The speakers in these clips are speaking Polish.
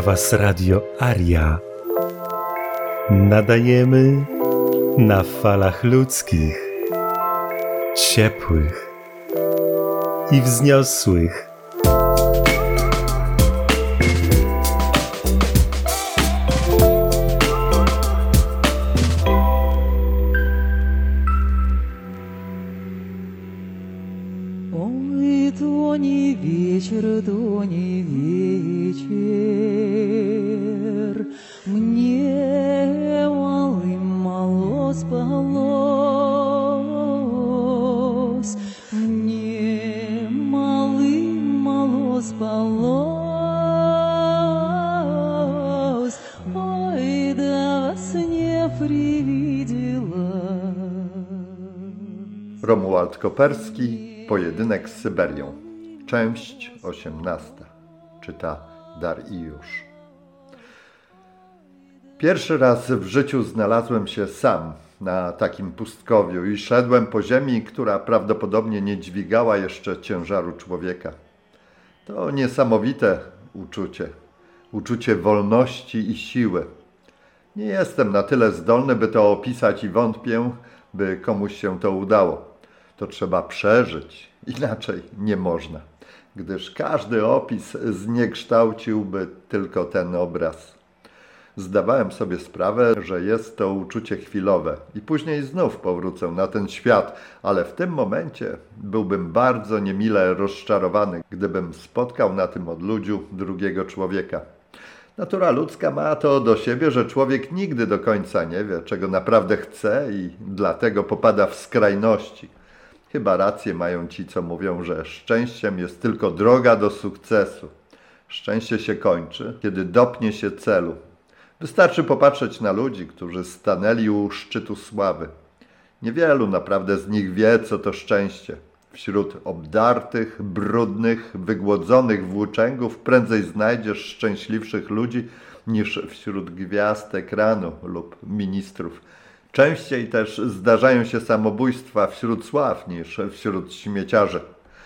Was Radio Aria. Nadajemy na falach ludzkich, ciepłych i wzniosłych. Ой, то не вечер, мне мало спалось, мне мало спалось, ой, да вас не привидела. Romuald Koperski, Pojedynek z Syberią. Część 18. Czyta Dariusz. Pierwszy raz w życiu znalazłem się sam na takim pustkowiu i szedłem po ziemi, która prawdopodobnie nie dźwigała jeszcze ciężaru człowieka. To niesamowite uczucie wolności i siły. Nie jestem na tyle zdolny, by to opisać i wątpię, by komuś się to udało. To trzeba przeżyć, inaczej nie można, gdyż każdy opis zniekształciłby tylko ten obraz. Zdawałem sobie sprawę, że jest to uczucie chwilowe i później znów powrócę na ten świat, ale w tym momencie byłbym bardzo niemile rozczarowany, gdybym spotkał na tym odludziu drugiego człowieka. Natura ludzka ma to do siebie, że człowiek nigdy do końca nie wie, czego naprawdę chce i dlatego popada w skrajności. Chyba rację mają ci, co mówią, że szczęściem jest tylko droga do sukcesu. Szczęście się kończy, kiedy dopnie się celu. Wystarczy popatrzeć na ludzi, którzy stanęli u szczytu sławy. Niewielu naprawdę z nich wie, co to szczęście. Wśród obdartych, brudnych, wygłodzonych włóczęgów prędzej znajdziesz szczęśliwszych ludzi niż wśród gwiazd ekranu lub ministrów. Częściej też zdarzają się samobójstwa wśród sław niż wśród śmieciarzy.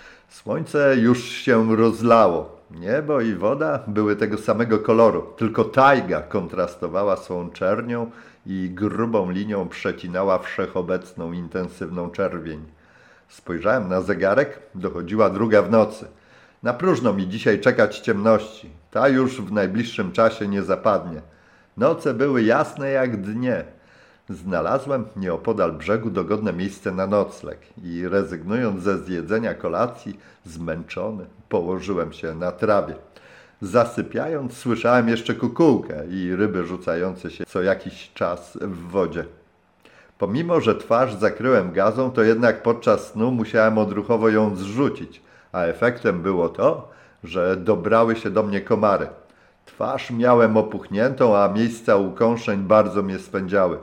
Słońce już się rozlało. Niebo i woda były tego samego koloru, tylko tajga kontrastowała swą czernią i grubą linią przecinała wszechobecną intensywną czerwień. Spojrzałem na zegarek, dochodziła 2 w nocy. Na próżno mi dzisiaj czekać ciemności. Ta już w najbliższym czasie nie zapadnie. Noce były jasne jak dnie. Znalazłem nieopodal brzegu dogodne miejsce na nocleg i rezygnując ze zjedzenia kolacji, zmęczony, położyłem się na trawie. Zasypiając, słyszałem jeszcze kukułkę i ryby rzucające się co jakiś czas w wodzie. Pomimo, że twarz zakryłem gazą, to jednak podczas snu musiałem odruchowo ją zrzucić, a efektem było to, że dobrały się do mnie komary. Twarz miałem opuchniętą, a miejsca ukąszeń bardzo mnie swędziały.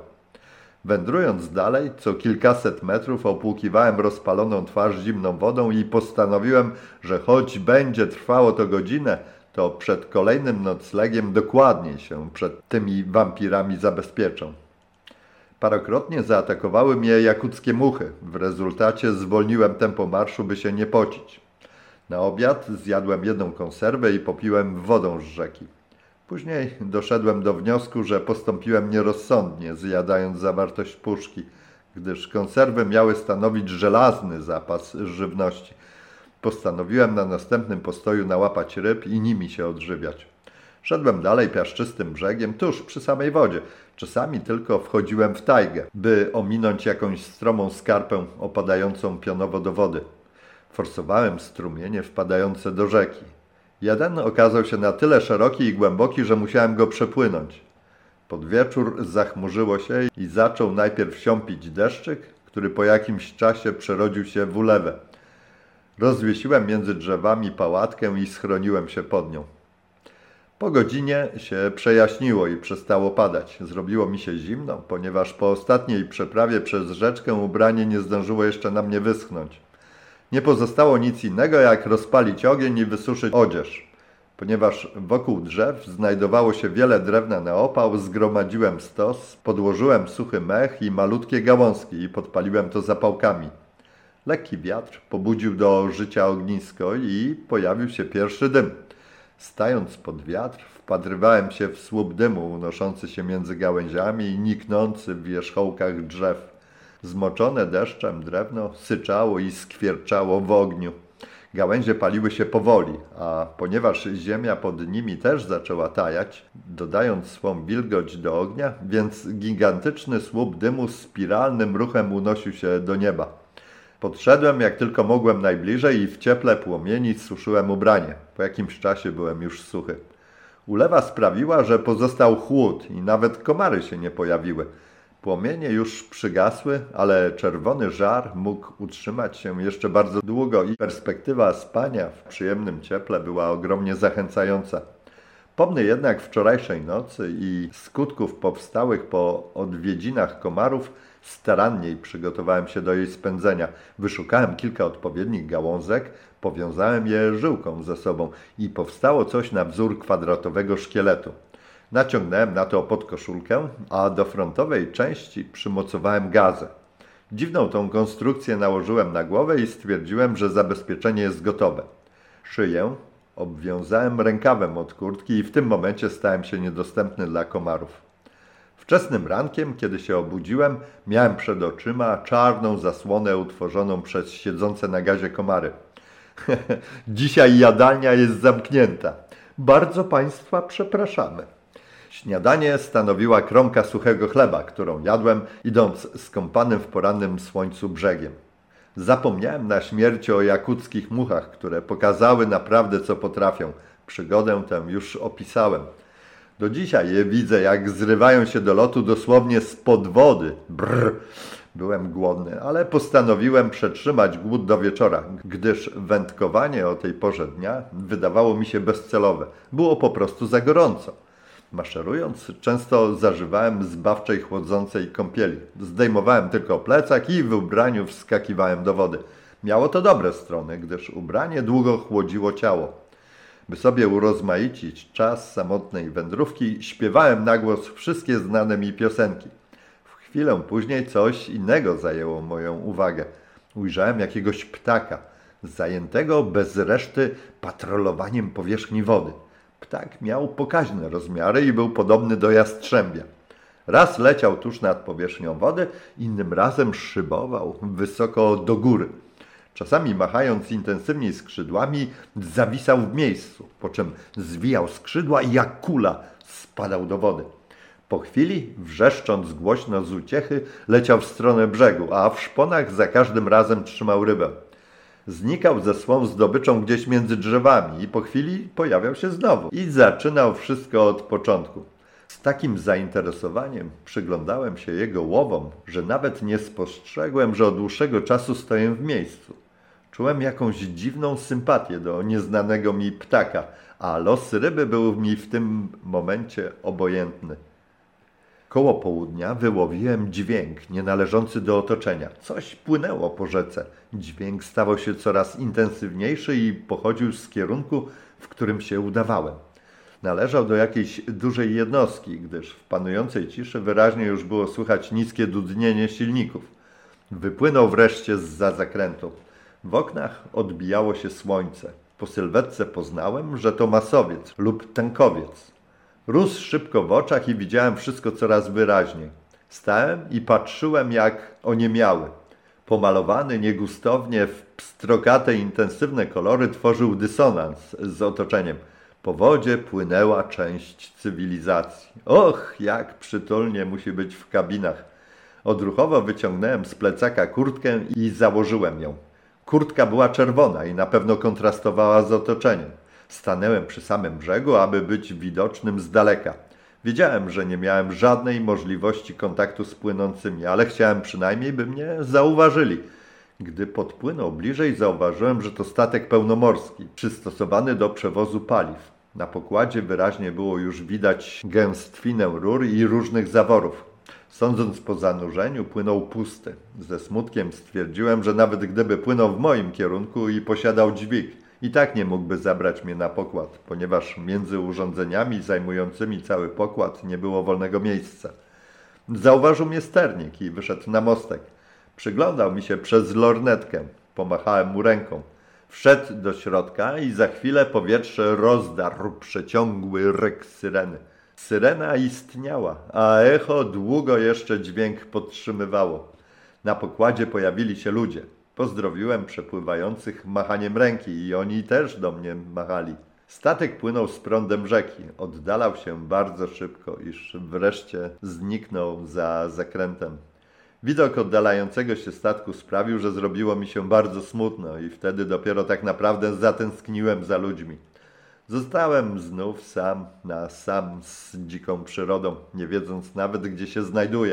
Wędrując dalej, co kilkaset metrów opłukiwałem rozpaloną twarz zimną wodą i postanowiłem, że choć będzie trwało to godzinę, to przed kolejnym noclegiem dokładniej się przed tymi wampirami zabezpieczę. Parokrotnie zaatakowały mnie jakuckie muchy. W rezultacie zwolniłem tempo marszu, by się nie pocić. Na obiad zjadłem 1 konserwę i popiłem wodą z rzeki. Później doszedłem do wniosku, że postąpiłem nierozsądnie, zjadając zawartość puszki, gdyż konserwy miały stanowić żelazny zapas żywności. Postanowiłem na następnym postoju nałapać ryb i nimi się odżywiać. Szedłem dalej piaszczystym brzegiem, tuż przy samej wodzie. Czasami tylko wchodziłem w tajgę, by ominąć jakąś stromą skarpę opadającą pionowo do wody. Forsowałem strumienie wpadające do rzeki. Jeden okazał się na tyle szeroki i głęboki, że musiałem go przepłynąć. Pod wieczór zachmurzyło się i zaczął najpierw siąpić deszczyk, który po jakimś czasie przerodził się w ulewę. Rozwiesiłem między drzewami pałatkę i schroniłem się pod nią. Po godzinie się przejaśniło i przestało padać. Zrobiło mi się zimno, ponieważ po ostatniej przeprawie przez rzeczkę ubranie nie zdążyło jeszcze na mnie wyschnąć. Nie pozostało nic innego, jak rozpalić ogień i wysuszyć odzież. Ponieważ wokół drzew znajdowało się wiele drewna na opał, zgromadziłem stos, podłożyłem suchy mech i malutkie gałązki i podpaliłem to zapałkami. Lekki wiatr pobudził do życia ognisko i pojawił się pierwszy dym. Stając pod wiatr, wpatrywałem się w słup dymu unoszący się między gałęziami i niknący w wierzchołkach drzew. Zmoczone deszczem drewno syczało i skwierczało w ogniu. Gałęzie paliły się powoli, a ponieważ ziemia pod nimi też zaczęła tajać, dodając swą wilgoć do ognia, więc gigantyczny słup dymu spiralnym ruchem unosił się do nieba. Podszedłem jak tylko mogłem najbliżej i w cieple płomieni suszyłem ubranie. Po jakimś czasie byłem już suchy. Ulewa sprawiła, że pozostał chłód i nawet komary się nie pojawiły. Płomienie już przygasły, ale czerwony żar mógł utrzymać się jeszcze bardzo długo i perspektywa spania w przyjemnym cieple była ogromnie zachęcająca. Pomny jednak wczorajszej nocy i skutków powstałych po odwiedzinach komarów staranniej przygotowałem się do jej spędzenia. Wyszukałem kilka odpowiednich gałązek, powiązałem je żyłką ze sobą i powstało coś na wzór kwadratowego szkieletu. Naciągnąłem na to podkoszulkę, a do frontowej części przymocowałem gazę. Dziwną tą konstrukcję nałożyłem na głowę i stwierdziłem, że zabezpieczenie jest gotowe. Szyję obwiązałem rękawem od kurtki i w tym momencie stałem się niedostępny dla komarów. Wczesnym rankiem, kiedy się obudziłem, miałem przed oczyma czarną zasłonę utworzoną przez siedzące na gazie komary. Dzisiaj jadalnia jest zamknięta. Bardzo Państwa przepraszamy. Śniadanie stanowiła kromka suchego chleba, którą jadłem, idąc skąpanym w porannym słońcu brzegiem. Zapomniałem na śmierci o jakuckich muchach, które pokazały naprawdę, co potrafią. Przygodę tę już opisałem. Do dzisiaj je widzę, jak zrywają się do lotu dosłownie spod wody. Brrr! Byłem głodny, ale postanowiłem przetrzymać głód do wieczora, gdyż wędkowanie o tej porze dnia wydawało mi się bezcelowe. Było po prostu za gorąco. Maszerując, często zażywałem zbawczej, chłodzącej kąpieli. Zdejmowałem tylko plecak i w ubraniu wskakiwałem do wody. Miało to dobre strony, gdyż ubranie długo chłodziło ciało. By sobie urozmaicić czas samotnej wędrówki, śpiewałem na głos wszystkie znane mi piosenki. W chwilę później coś innego zajęło moją uwagę. Ujrzałem jakiegoś ptaka, zajętego bez reszty patrolowaniem powierzchni wody. Ptak miał pokaźne rozmiary i był podobny do jastrzębia. Raz leciał tuż nad powierzchnią wody, innym razem szybował wysoko do góry. Czasami machając intensywniej skrzydłami, zawisał w miejscu, po czym zwijał skrzydła i jak kula spadał do wody. Po chwili, wrzeszcząc głośno z uciechy, leciał w stronę brzegu, a w szponach za każdym razem trzymał rybę. Znikał ze swą zdobyczą gdzieś między drzewami i po chwili pojawiał się znowu i zaczynał wszystko od początku. Z takim zainteresowaniem przyglądałem się jego łowom, że nawet nie spostrzegłem, że od dłuższego czasu stoję w miejscu. Czułem jakąś dziwną sympatię do nieznanego mi ptaka, a los ryby był mi w tym momencie obojętny. Koło południa wyłowiłem dźwięk nienależący do otoczenia. Coś płynęło po rzece. Dźwięk stawał się coraz intensywniejszy i pochodził z kierunku, w którym się udawałem. Należał do jakiejś dużej jednostki, gdyż w panującej ciszy wyraźnie już było słychać niskie dudnienie silników. Wypłynął wreszcie zza zakrętu. W oknach odbijało się słońce. Po sylwetce poznałem, że to masowiec lub tankowiec. Rósł szybko w oczach i widziałem wszystko coraz wyraźniej. Stałem i patrzyłem jak oniemiały. Pomalowany niegustownie w pstrokate, intensywne kolory tworzył dysonans z otoczeniem. Po wodzie płynęła część cywilizacji. Och, jak przytulnie musi być w kabinach. Odruchowo wyciągnąłem z plecaka kurtkę i założyłem ją. Kurtka była czerwona i na pewno kontrastowała z otoczeniem. Stanąłem przy samym brzegu, aby być widocznym z daleka. Wiedziałem, że nie miałem żadnej możliwości kontaktu z płynącymi, ale chciałem przynajmniej, by mnie zauważyli. Gdy podpłynął bliżej, zauważyłem, że to statek pełnomorski, przystosowany do przewozu paliw. Na pokładzie wyraźnie było już widać gęstwinę rur i różnych zaworów. Sądząc po zanurzeniu, płynął pusty. Ze smutkiem stwierdziłem, że nawet gdyby płynął w moim kierunku i posiadał dźwig, i tak nie mógłby zabrać mnie na pokład, ponieważ między urządzeniami zajmującymi cały pokład nie było wolnego miejsca. Zauważył mnie sternik i wyszedł na mostek. Przyglądał mi się przez lornetkę. Pomachałem mu ręką. Wszedł do środka i za chwilę powietrze rozdarł przeciągły ryk syreny. Syrena istniała, a echo długo jeszcze dźwięk podtrzymywało. Na pokładzie pojawili się ludzie. Pozdrowiłem przepływających machaniem ręki i oni też do mnie machali. Statek płynął z prądem rzeki. Oddalał się bardzo szybko, iż wreszcie zniknął za zakrętem. Widok oddalającego się statku sprawił, że zrobiło mi się bardzo smutno i wtedy dopiero tak naprawdę zatęskniłem za ludźmi. Zostałem znów sam na sam z dziką przyrodą, nie wiedząc nawet, gdzie się znajduję.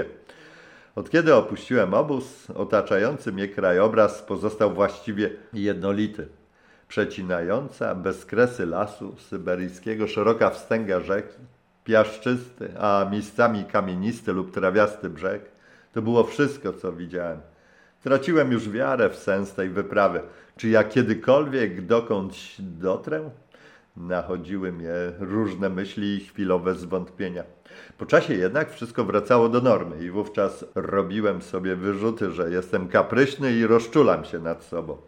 Od kiedy opuściłem obóz, otaczający mnie krajobraz pozostał właściwie jednolity. Przecinająca bezkresy lasu syberyjskiego szeroka wstęga rzeki, piaszczysty, a miejscami kamienisty lub trawiasty brzeg, to było wszystko, co widziałem. Traciłem już wiarę w sens tej wyprawy. Czy ja kiedykolwiek dokądś dotrę? Nachodziły mnie różne myśli i chwilowe zwątpienia. Po czasie jednak wszystko wracało do normy i wówczas robiłem sobie wyrzuty, że jestem kapryśny i rozczulam się nad sobą.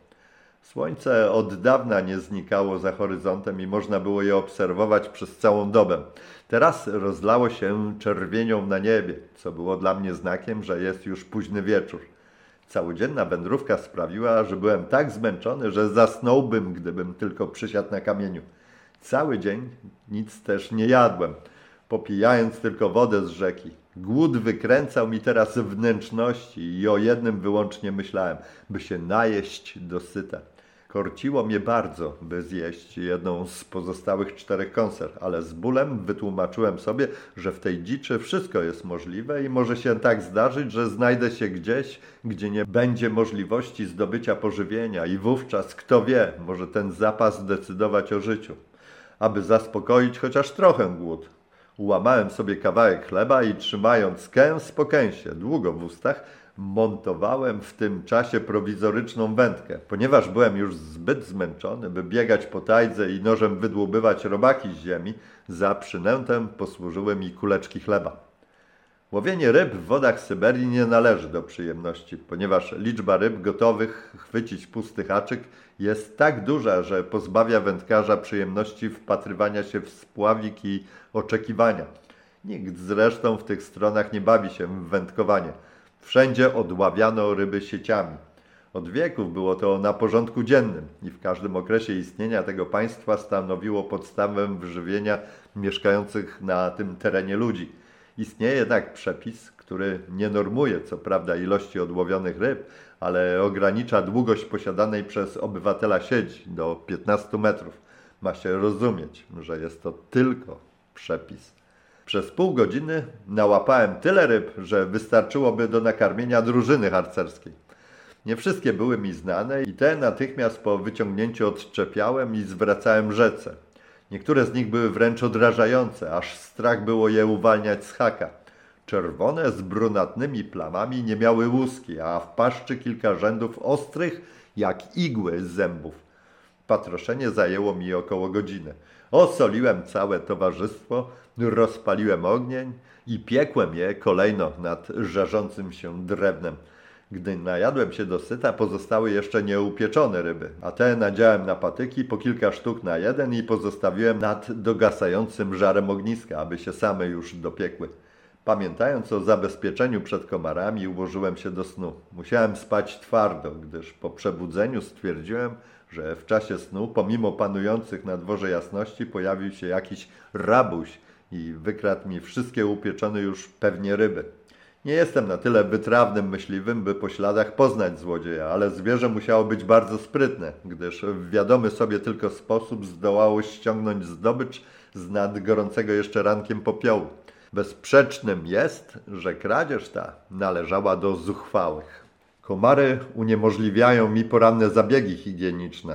Słońce od dawna nie znikało za horyzontem i można było je obserwować przez całą dobę. Teraz rozlało się czerwienią na niebie, co było dla mnie znakiem, że jest już późny wieczór. Całodzienna wędrówka sprawiła, że byłem tak zmęczony, że zasnąłbym, gdybym tylko przysiadł na kamieniu. Cały dzień nic też nie jadłem, popijając tylko wodę z rzeki. Głód wykręcał mi teraz wnętrzności i o jednym wyłącznie myślałem, by się najeść dosyta. Korciło mnie bardzo, by zjeść jedną z pozostałych 4 konserw, ale z bólem wytłumaczyłem sobie, że w tej dziczy wszystko jest możliwe i może się tak zdarzyć, że znajdę się gdzieś, gdzie nie będzie możliwości zdobycia pożywienia i wówczas, kto wie, może ten zapas decydować o życiu. Aby zaspokoić chociaż trochę głód. Ułamałem sobie kawałek chleba i trzymając kęs po kęsie, długo w ustach, montowałem w tym czasie prowizoryczną wędkę. Ponieważ byłem już zbyt zmęczony, by biegać po tajdze i nożem wydłubywać robaki z ziemi, za przynętę posłużyły mi kuleczki chleba. Łowienie ryb w wodach Syberii nie należy do przyjemności, ponieważ liczba ryb gotowych chwycić pusty haczyk jest tak duża, że pozbawia wędkarza przyjemności wpatrywania się w spławik i oczekiwania. Nikt zresztą w tych stronach nie bawi się w wędkowanie. Wszędzie odławiano ryby sieciami. Od wieków było to na porządku dziennym i w każdym okresie istnienia tego państwa stanowiło podstawę wyżywienia mieszkających na tym terenie ludzi. Istnieje jednak przepis, który nie normuje co prawda ilości odłowionych ryb, ale ogranicza długość posiadanej przez obywatela sieci do 15 metrów. Ma się rozumieć, że jest to tylko przepis. Przez pół godziny nałapałem tyle ryb, że wystarczyłoby do nakarmienia drużyny harcerskiej. Nie wszystkie były mi znane i te natychmiast po wyciągnięciu odczepiałem i zwracałem rzece. Niektóre z nich były wręcz odrażające, aż strach było je uwalniać z haka. Czerwone z brunatnymi plamami nie miały łuski, a w paszczy kilka rzędów ostrych jak igły zębów. Patroszenie zajęło mi około godziny. Osoliłem całe towarzystwo, rozpaliłem ogień i piekłem je kolejno nad żarzącym się drewnem. Gdy najadłem się dosyta, pozostały jeszcze nieupieczone ryby, a te nadziałem na patyki po kilka sztuk na jeden i pozostawiłem nad dogasającym żarem ogniska, aby się same już dopiekły. Pamiętając o zabezpieczeniu przed komarami, ułożyłem się do snu. Musiałem spać twardo, gdyż po przebudzeniu stwierdziłem, że w czasie snu, pomimo panujących na dworze jasności, pojawił się jakiś rabuś i wykradł mi wszystkie upieczone już pewnie ryby. Nie jestem na tyle wytrawnym myśliwym, by po śladach poznać złodzieja, ale zwierzę musiało być bardzo sprytne, gdyż w wiadomy sobie tylko sposób zdołało ściągnąć zdobycz z nad gorącego jeszcze rankiem popiołu. Bezsprzecznym jest, że kradzież ta należała do zuchwałych. Komary uniemożliwiają mi poranne zabiegi higieniczne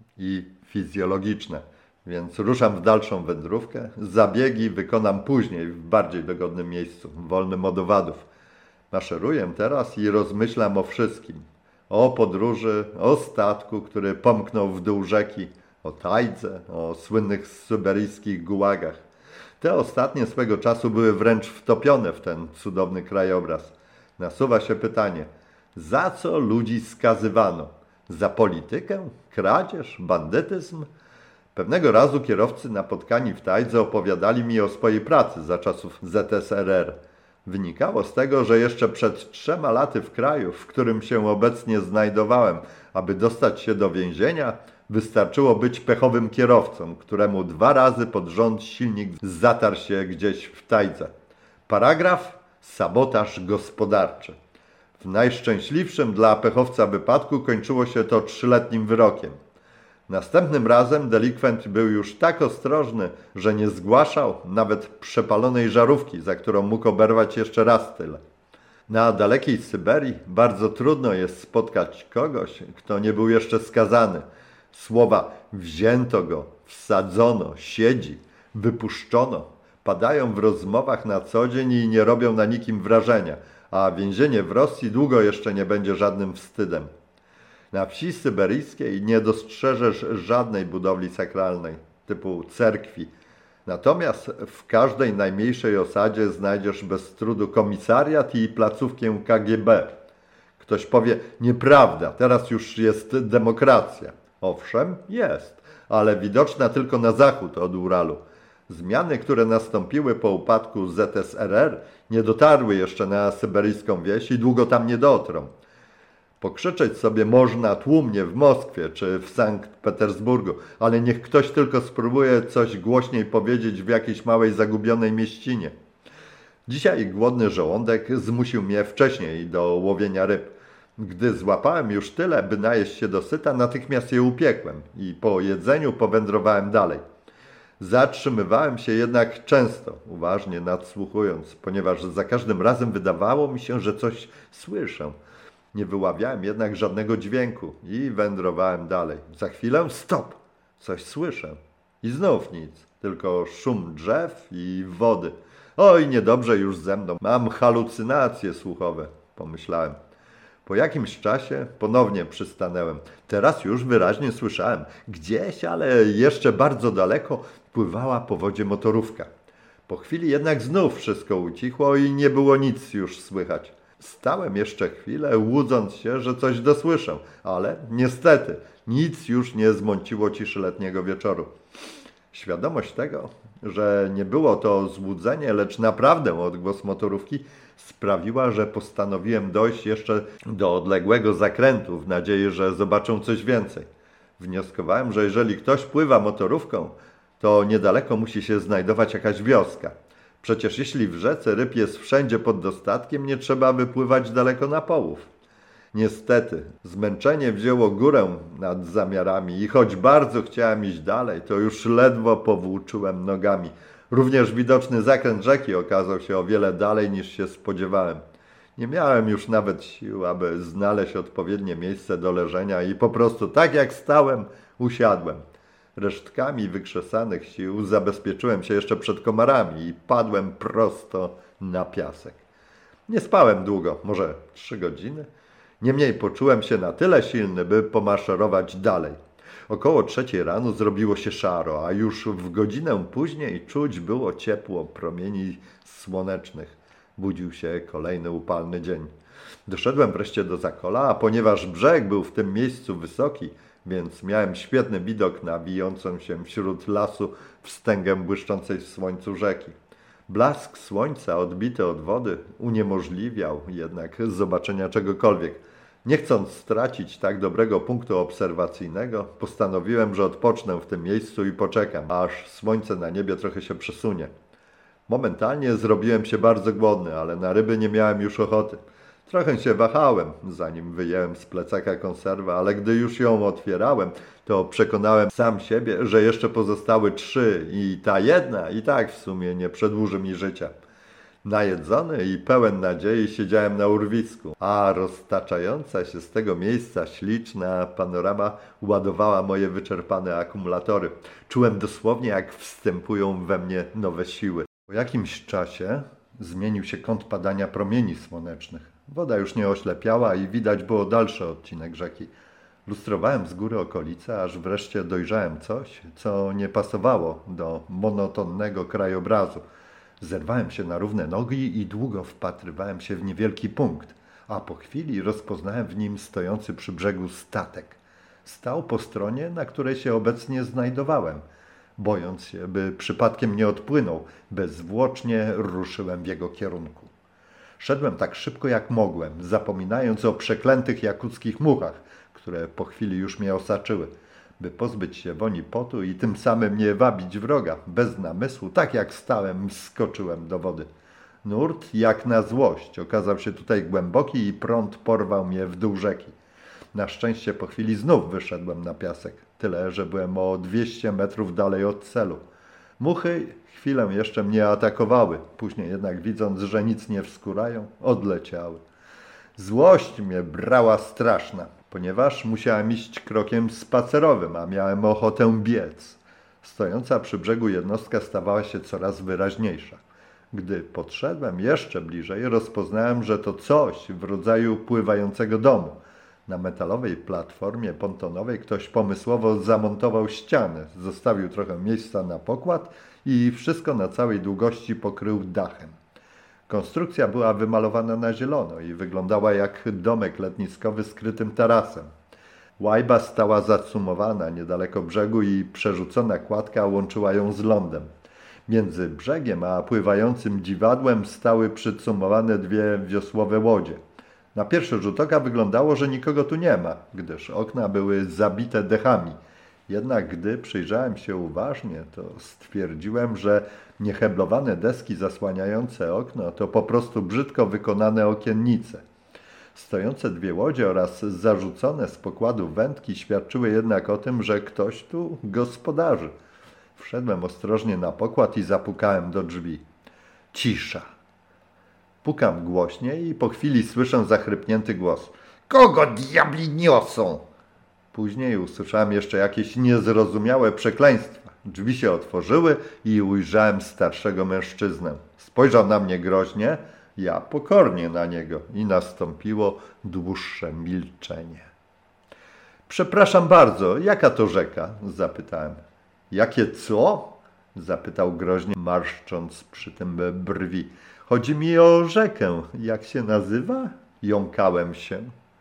i fizjologiczne, więc ruszam w dalszą wędrówkę. Zabiegi wykonam później w bardziej dogodnym miejscu, wolnym od owadów. Maszeruję teraz i rozmyślam o wszystkim. O podróży, o statku, który pomknął w dół rzeki, o tajdze, o słynnych syberyjskich gułagach. Te ostatnie swego czasu były wręcz wtopione w ten cudowny krajobraz. Nasuwa się pytanie, za co ludzi skazywano? Za politykę? Kradzież? Bandytyzm? Pewnego razu kierowcy napotkani w Tajdze opowiadali mi o swojej pracy za czasów ZSRR. Wynikało z tego, że jeszcze przed 3 laty w kraju, w którym się obecnie znajdowałem, aby dostać się do więzienia, wystarczyło być pechowym kierowcą, któremu 2 razy pod rząd silnik zatarł się gdzieś w Tajdze. Paragraf: sabotaż gospodarczy. W najszczęśliwszym dla pechowca wypadku kończyło się to 3-letnim wyrokiem. Następnym razem delikwent był już tak ostrożny, że nie zgłaszał nawet przepalonej żarówki, za którą mógł oberwać jeszcze raz tyle. Na dalekiej Syberii bardzo trudno jest spotkać kogoś, kto nie był jeszcze skazany. Słowa wzięto go, wsadzono, siedzi, wypuszczono padają w rozmowach na co dzień i nie robią na nikim wrażenia, a więzienie w Rosji długo jeszcze nie będzie żadnym wstydem. Na wsi syberyjskiej nie dostrzeżesz żadnej budowli sakralnej, typu cerkwi. Natomiast w każdej najmniejszej osadzie znajdziesz bez trudu komisariat i placówkę KGB. Ktoś powie, nieprawda, teraz już jest demokracja. Owszem, jest, ale widoczna tylko na zachód od Uralu. Zmiany, które nastąpiły po upadku ZSRR, nie dotarły jeszcze na syberyjską wieś i długo tam nie dotrą. Pokrzyczeć sobie można tłumnie w Moskwie czy w Sankt Petersburgu, ale niech ktoś tylko spróbuje coś głośniej powiedzieć w jakiejś małej zagubionej mieścinie. Dzisiaj głodny żołądek zmusił mnie wcześniej do łowienia ryb. Gdy złapałem już tyle, by najeść się dosyta, natychmiast je upiekłem i po jedzeniu powędrowałem dalej. Zatrzymywałem się jednak często, uważnie nadsłuchując, ponieważ za każdym razem wydawało mi się, że coś słyszę. Nie wyławiałem jednak żadnego dźwięku i wędrowałem dalej. Za chwilę stop! Coś słyszę. I znów nic, tylko szum drzew i wody. Oj, niedobrze już ze mną. Mam halucynacje słuchowe, pomyślałem. Po jakimś czasie ponownie przystanęłem. Teraz już wyraźnie słyszałem. Gdzieś, ale jeszcze bardzo daleko, pływała po wodzie motorówka. Po chwili jednak znów wszystko ucichło i nie było nic już słychać. Stałem jeszcze chwilę, łudząc się, że coś dosłyszę, ale niestety nic już nie zmąciło ciszy letniego wieczoru. Świadomość tego, że nie było to złudzenie, lecz naprawdę odgłos motorówki, sprawiła, że postanowiłem dojść jeszcze do odległego zakrętu w nadziei, że zobaczę coś więcej. Wnioskowałem, że jeżeli ktoś pływa motorówką, to niedaleko musi się znajdować jakaś wioska. Przecież jeśli w rzece ryb jest wszędzie pod dostatkiem, nie trzeba wypływać daleko na połów. Niestety, zmęczenie wzięło górę nad zamiarami i choć bardzo chciałem iść dalej, to już ledwo powłóczyłem nogami. Również widoczny zakręt rzeki okazał się o wiele dalej niż się spodziewałem. Nie miałem już nawet sił, aby znaleźć odpowiednie miejsce do leżenia i po prostu tak jak stałem, usiadłem. Resztkami wykrzesanych sił zabezpieczyłem się jeszcze przed komarami i padłem prosto na piasek. Nie spałem długo, może 3 godziny. Niemniej poczułem się na tyle silny, by pomaszerować dalej. Około 3 rano zrobiło się szaro, a już w godzinę później czuć było ciepło promieni słonecznych. Budził się kolejny upalny dzień. Doszedłem wreszcie do Zakola, a ponieważ brzeg był w tym miejscu wysoki, więc miałem świetny widok na wijącą się wśród lasu wstęgę błyszczącej w słońcu rzeki. Blask słońca odbity od wody uniemożliwiał jednak zobaczenia czegokolwiek. Nie chcąc stracić tak dobrego punktu obserwacyjnego, postanowiłem, że odpocznę w tym miejscu i poczekam, aż słońce na niebie trochę się przesunie. Momentalnie zrobiłem się bardzo głodny, ale na ryby nie miałem już ochoty. Trochę się wahałem, zanim wyjąłem z plecaka konserwę, ale gdy już ją otwierałem, to przekonałem sam siebie, że jeszcze pozostały 3 i ta jedna i tak w sumie nie przedłuży mi życia. Najedzony i pełen nadziei siedziałem na urwisku, a roztaczająca się z tego miejsca śliczna panorama ładowała moje wyczerpane akumulatory. Czułem dosłownie, jak wstępują we mnie nowe siły. Po jakimś czasie zmienił się kąt padania promieni słonecznych. Woda już nie oślepiała i widać było dalszy odcinek rzeki. Lustrowałem z góry okolice, aż wreszcie dojrzałem coś, co nie pasowało do monotonnego krajobrazu. Zerwałem się na równe nogi i długo wpatrywałem się w niewielki punkt, a po chwili rozpoznałem w nim stojący przy brzegu statek. Stał po stronie, na której się obecnie znajdowałem. Bojąc się, by przypadkiem nie odpłynął, bezzwłocznie ruszyłem w jego kierunku. Szedłem tak szybko jak mogłem, zapominając o przeklętych jakuckich muchach, które po chwili już mnie osaczyły. By pozbyć się woni potu i tym samym nie wabić wroga, bez namysłu, tak jak stałem, skoczyłem do wody. Nurt, jak na złość, okazał się tutaj głęboki i prąd porwał mnie w dół rzeki. Na szczęście po chwili znów wyszedłem na piasek, tyle, że byłem o 200 metrów dalej od celu. Muchy chwilę jeszcze mnie atakowały, później jednak widząc, że nic nie wskórają, odleciały. Złość mnie brała straszna, ponieważ musiałem iść krokiem spacerowym, a miałem ochotę biec. Stojąca przy brzegu jednostka stawała się coraz wyraźniejsza. Gdy podszedłem jeszcze bliżej, rozpoznałem, że to coś w rodzaju pływającego domu. Na metalowej platformie pontonowej ktoś pomysłowo zamontował ścianę, zostawił trochę miejsca na pokład i wszystko na całej długości pokrył dachem. Konstrukcja była wymalowana na zielono i wyglądała jak domek letniskowy z krytym tarasem. Łajba stała zacumowana niedaleko brzegu i przerzucona kładka łączyła ją z lądem. Między brzegiem a pływającym dziwadłem stały przycumowane dwie wiosłowe łodzie. Na pierwszy rzut oka wyglądało, że nikogo tu nie ma, gdyż okna były zabite dechami. Jednak gdy przyjrzałem się uważnie, to stwierdziłem, że nieheblowane deski zasłaniające okno to po prostu brzydko wykonane okiennice. Stojące dwie łodzie oraz zarzucone z pokładu wędki świadczyły jednak o tym, że ktoś tu gospodarzy. Wszedłem ostrożnie na pokład i zapukałem do drzwi. Cisza. Pukam głośniej i po chwili słyszę zachrypnięty głos. Kogo diabli niosą? Później usłyszałem jeszcze jakieś niezrozumiałe przekleństwa. Drzwi się otworzyły i ujrzałem starszego mężczyznę. Spojrzał na mnie groźnie, ja pokornie na niego i nastąpiło dłuższe milczenie. Przepraszam bardzo, jaka to rzeka? Zapytałem. Jakie co? Zapytał groźnie, marszcząc przy tym brwi. Chodzi mi o rzekę. Jak się nazywa? Jąkałem się.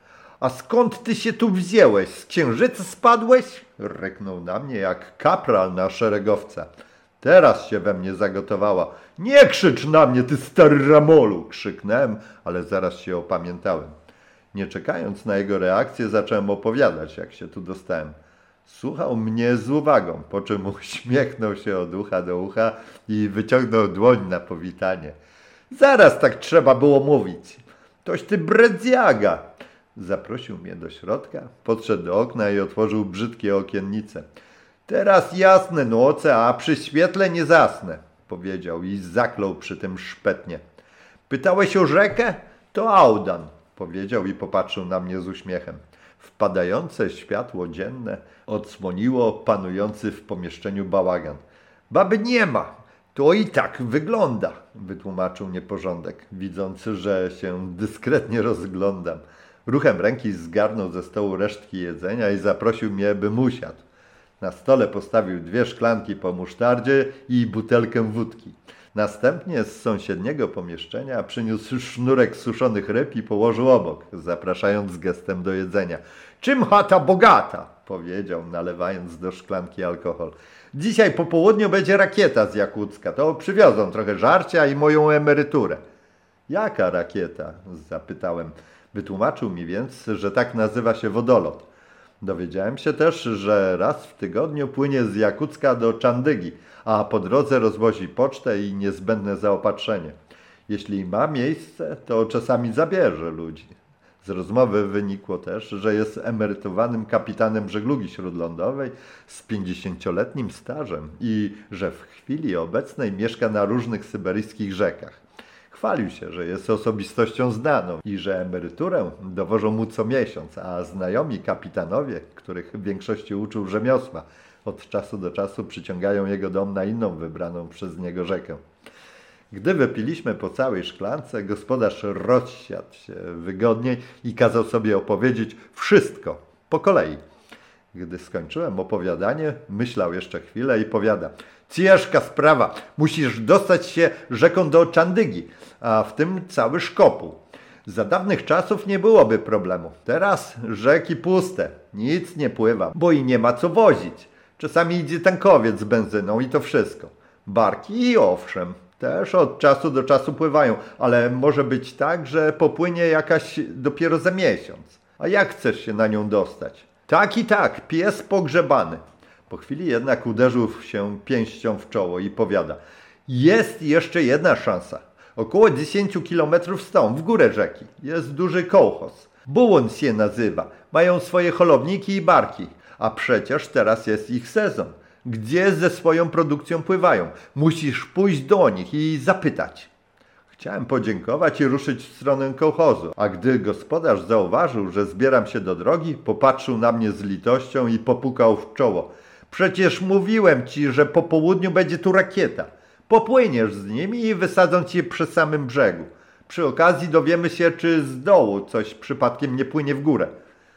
A skąd ty się tu wzięłeś? Z księżyca spadłeś? Ryknął na mnie jak kapral na szeregowca. Teraz się we mnie zagotowała. Nie krzycz na mnie, ty stary ramolu! Krzyknąłem, ale zaraz się opamiętałem. Nie czekając na jego reakcję, zacząłem opowiadać, jak się tu dostałem. Słuchał mnie z uwagą, po czym uśmiechnął się od ucha do ucha i wyciągnął dłoń na powitanie. Zaraz tak trzeba było mówić. Toś ty bredziaga. Zaprosił mnie do środka, podszedł do okna i otworzył brzydkie okiennice. Teraz jasne noce, a przy świetle nie zasnę, powiedział i zaklął przy tym szpetnie. Pytałeś o rzekę? To Audan, powiedział i popatrzył na mnie z uśmiechem. Wpadające światło dzienne odsłoniło panujący w pomieszczeniu bałagan. Baby nie ma, to i tak wygląda, wytłumaczył nieporządek, widząc, że się dyskretnie rozglądam. Ruchem ręki zgarnął ze stołu resztki jedzenia i zaprosił mnie, bym usiadł. Na stole postawił 2 szklanki po musztardzie i butelkę wódki. Następnie z sąsiedniego pomieszczenia przyniósł sznurek suszonych ryb i położył obok, zapraszając gestem do jedzenia. Czym chata bogata? Powiedział, nalewając do szklanki alkohol. Dzisiaj po południu będzie rakieta z Jakucka, to przywiozą trochę żarcia i moją emeryturę. Jaka rakieta? Zapytałem. Wytłumaczył mi więc, że tak nazywa się wodolot. Dowiedziałem się też, że raz w tygodniu płynie z Jakucka do Czandygi, a po drodze rozwozi pocztę i niezbędne zaopatrzenie. Jeśli ma miejsce, to czasami zabierze ludzi. Z rozmowy wynikło też, że jest emerytowanym kapitanem żeglugi śródlądowej z 50-letnim stażem i że w chwili obecnej mieszka na różnych syberyjskich rzekach. Chwalił się, że jest osobistością znaną i że emeryturę dowożą mu co miesiąc, a znajomi kapitanowie, których w większości uczył rzemiosła, od czasu do czasu przyciągają jego dom na inną wybraną przez niego rzekę. Gdy wypiliśmy po całej szklance, gospodarz rozsiadł się wygodniej i kazał sobie opowiedzieć wszystko po kolei. Gdy skończyłem opowiadanie, myślał jeszcze chwilę i powiada: ciężka sprawa, musisz dostać się rzeką do Czandygi, a w tym cały Szkopuł. Za dawnych czasów nie byłoby problemu. Teraz rzeki puste, nic nie pływa, bo i nie ma co wozić. Czasami idzie tankowiec z benzyną i to wszystko. Barki i owszem, też od czasu do czasu pływają, ale może być tak, że popłynie jakaś dopiero za miesiąc. A jak chcesz się na nią dostać? Tak i tak, pies pogrzebany. Po chwili jednak uderzył się pięścią w czoło i powiada: jest jeszcze jedna szansa. Około 10 kilometrów stąd, w górę rzeki, jest duży kołchoz. Bułon się nazywa. Mają swoje holowniki i barki. A przecież teraz jest ich sezon. Gdzie ze swoją produkcją pływają? Musisz pójść do nich i zapytać. Chciałem podziękować i ruszyć w stronę kołchozu, a gdy gospodarz zauważył, że zbieram się do drogi, popatrzył na mnie z litością i popukał w czoło. Przecież mówiłem ci, że po południu będzie tu rakieta. Popłyniesz z nimi i wysadzą cię przy samym brzegu. Przy okazji dowiemy się, czy z dołu coś przypadkiem nie płynie w górę.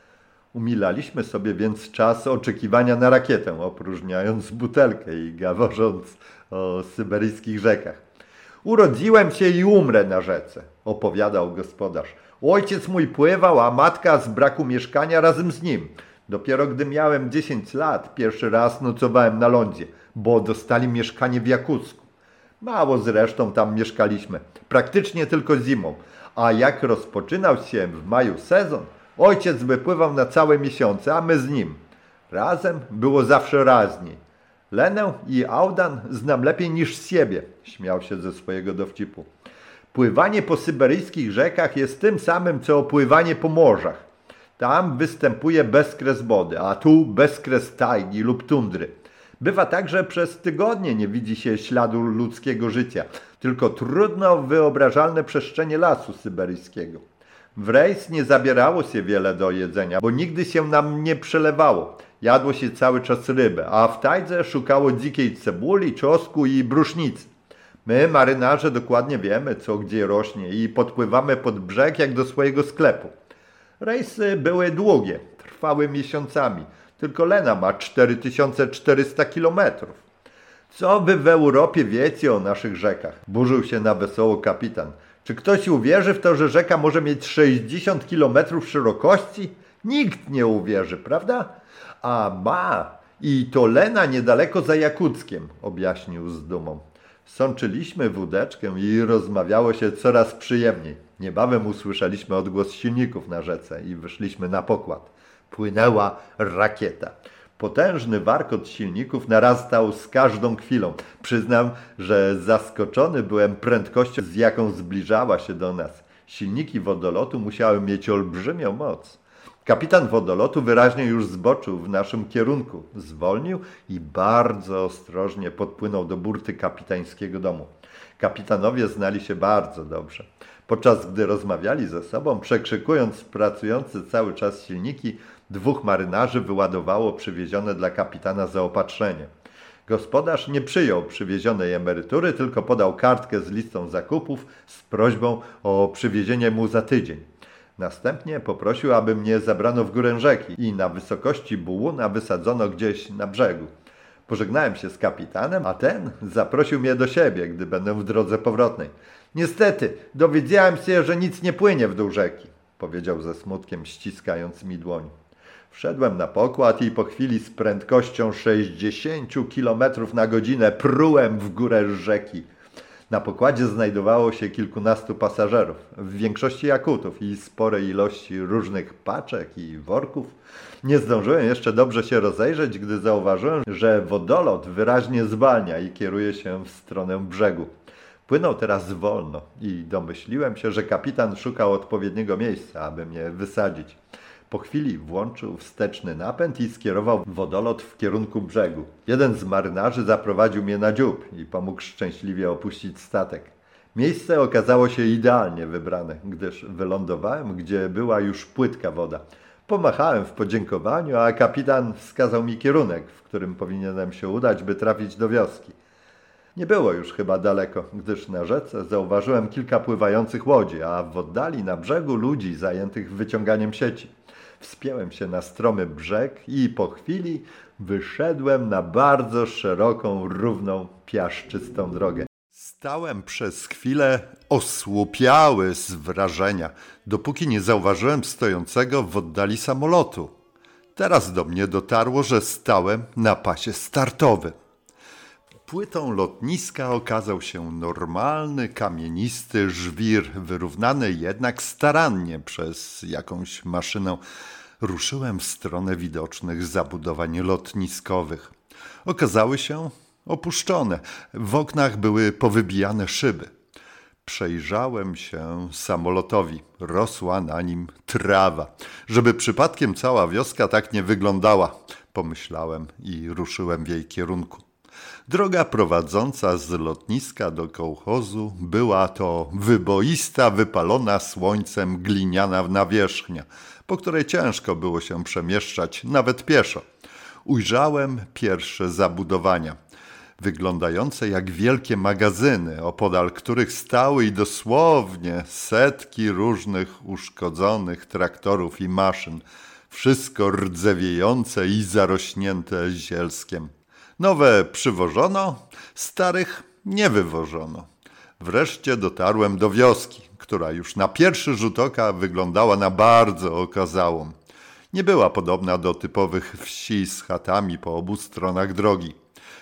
Umilaliśmy sobie więc czas oczekiwania na rakietę, opróżniając butelkę i gaworząc o syberyjskich rzekach. Urodziłem się i umrę na rzece, opowiadał gospodarz. Ojciec mój pływał, a matka z braku mieszkania razem z nim. Dopiero gdy miałem 10 lat, pierwszy raz nocowałem na lądzie, bo dostali mieszkanie w Jakucku. Mało zresztą tam mieszkaliśmy, praktycznie tylko zimą. A jak rozpoczynał się w maju sezon, ojciec wypływał na całe miesiące, a my z nim. Razem było zawsze raźniej. Lenę i Audan znam lepiej niż siebie, śmiał się ze swojego dowcipu. Pływanie po syberyjskich rzekach jest tym samym, co pływanie po morzach. Tam występuje bezkres wody, a tu bezkres tajgi lub tundry. Bywa tak, że przez tygodnie nie widzi się śladu ludzkiego życia, tylko trudno wyobrażalne przestrzenie lasu syberyjskiego. W rejs nie zabierało się wiele do jedzenia, bo nigdy się nam nie przelewało. Jadło się cały czas rybę, a w tajdze szukało dzikiej cebuli, czosnku i brusznicy. My, marynarze, dokładnie wiemy, co gdzie rośnie i podpływamy pod brzeg jak do swojego sklepu. Rejsy były długie, trwały miesiącami. Tylko Lena ma 4400 kilometrów. Co wy w Europie wiecie o naszych rzekach? Burzył się na wesoło kapitan. Czy ktoś uwierzy w to, że rzeka może mieć 60 kilometrów szerokości? Nikt nie uwierzy, prawda? A ma. I to Lena niedaleko za Jakuckiem, objaśnił z dumą. Sączyliśmy wódeczkę i rozmawiało się coraz przyjemniej. Niebawem usłyszeliśmy odgłos silników na rzece i wyszliśmy na pokład. Płynęła rakieta. Potężny warkot silników narastał z każdą chwilą. Przyznam, że zaskoczony byłem prędkością, z jaką zbliżała się do nas. Silniki wodolotu musiały mieć olbrzymią moc. Kapitan wodolotu wyraźnie już zboczył w naszym kierunku. Zwolnił i bardzo ostrożnie podpłynął do burty kapitańskiego domu. Kapitanowie znali się bardzo dobrze. Podczas gdy rozmawiali ze sobą, przekrzykując pracujące cały czas silniki, dwóch marynarzy wyładowało przywiezione dla kapitana zaopatrzenie. Gospodarz nie przyjął przywiezionej emerytury, tylko podał kartkę z listą zakupów z prośbą o przywiezienie mu za tydzień. Następnie poprosił, aby mnie zabrano w górę rzeki i na wysokości bułuna wysadzono gdzieś na brzegu. Pożegnałem się z kapitanem, a ten zaprosił mnie do siebie, gdy będę w drodze powrotnej. Niestety, dowiedziałem się, że nic nie płynie w dół rzeki, powiedział ze smutkiem, ściskając mi dłoń. Wszedłem na pokład i po chwili z prędkością 60 km na godzinę prułem w górę rzeki. Na pokładzie znajdowało się kilkunastu pasażerów, w większości Jakutów i spore ilości różnych paczek i worków. Nie zdążyłem jeszcze dobrze się rozejrzeć, gdy zauważyłem, że wodolot wyraźnie zwalnia i kieruje się w stronę brzegu. Płynął teraz wolno i domyśliłem się, że kapitan szukał odpowiedniego miejsca, aby mnie wysadzić. Po chwili włączył wsteczny napęd i skierował wodolot w kierunku brzegu. Jeden z marynarzy zaprowadził mnie na dziób i pomógł szczęśliwie opuścić statek. Miejsce okazało się idealnie wybrane, gdyż wylądowałem, gdzie była już płytka woda. Pomachałem w podziękowaniu, a kapitan wskazał mi kierunek, w którym powinienem się udać, by trafić do wioski. Nie było już chyba daleko, gdyż na rzece zauważyłem kilka pływających łodzi, a w oddali na brzegu ludzi zajętych wyciąganiem sieci. Wspiąłem się na stromy brzeg i po chwili wyszedłem na bardzo szeroką, równą, piaszczystą drogę. Stałem przez chwilę osłupiały z wrażenia, dopóki nie zauważyłem stojącego w oddali samolotu. Teraz do mnie dotarło, że stałem na pasie startowym. Płytą lotniska okazał się normalny, kamienisty żwir, wyrównany jednak starannie przez jakąś maszynę. Ruszyłem w stronę widocznych zabudowań lotniskowych. Okazały się opuszczone. W oknach były powybijane szyby. Przejrzałem się samolotowi. Rosła na nim trawa. Żeby przypadkiem cała wioska tak nie wyglądała, pomyślałem i ruszyłem w jej kierunku. Droga prowadząca z lotniska do kołchozu była to wyboista, wypalona słońcem gliniana nawierzchnia, po której ciężko było się przemieszczać, nawet pieszo. Ujrzałem pierwsze zabudowania, wyglądające jak wielkie magazyny, opodal których stały i dosłownie setki różnych uszkodzonych traktorów i maszyn, wszystko rdzewiejące i zarośnięte zielskiem. Nowe przywożono, starych nie wywożono. Wreszcie dotarłem do wioski, która już na pierwszy rzut oka wyglądała na bardzo okazałą. Nie była podobna do typowych wsi z chatami po obu stronach drogi.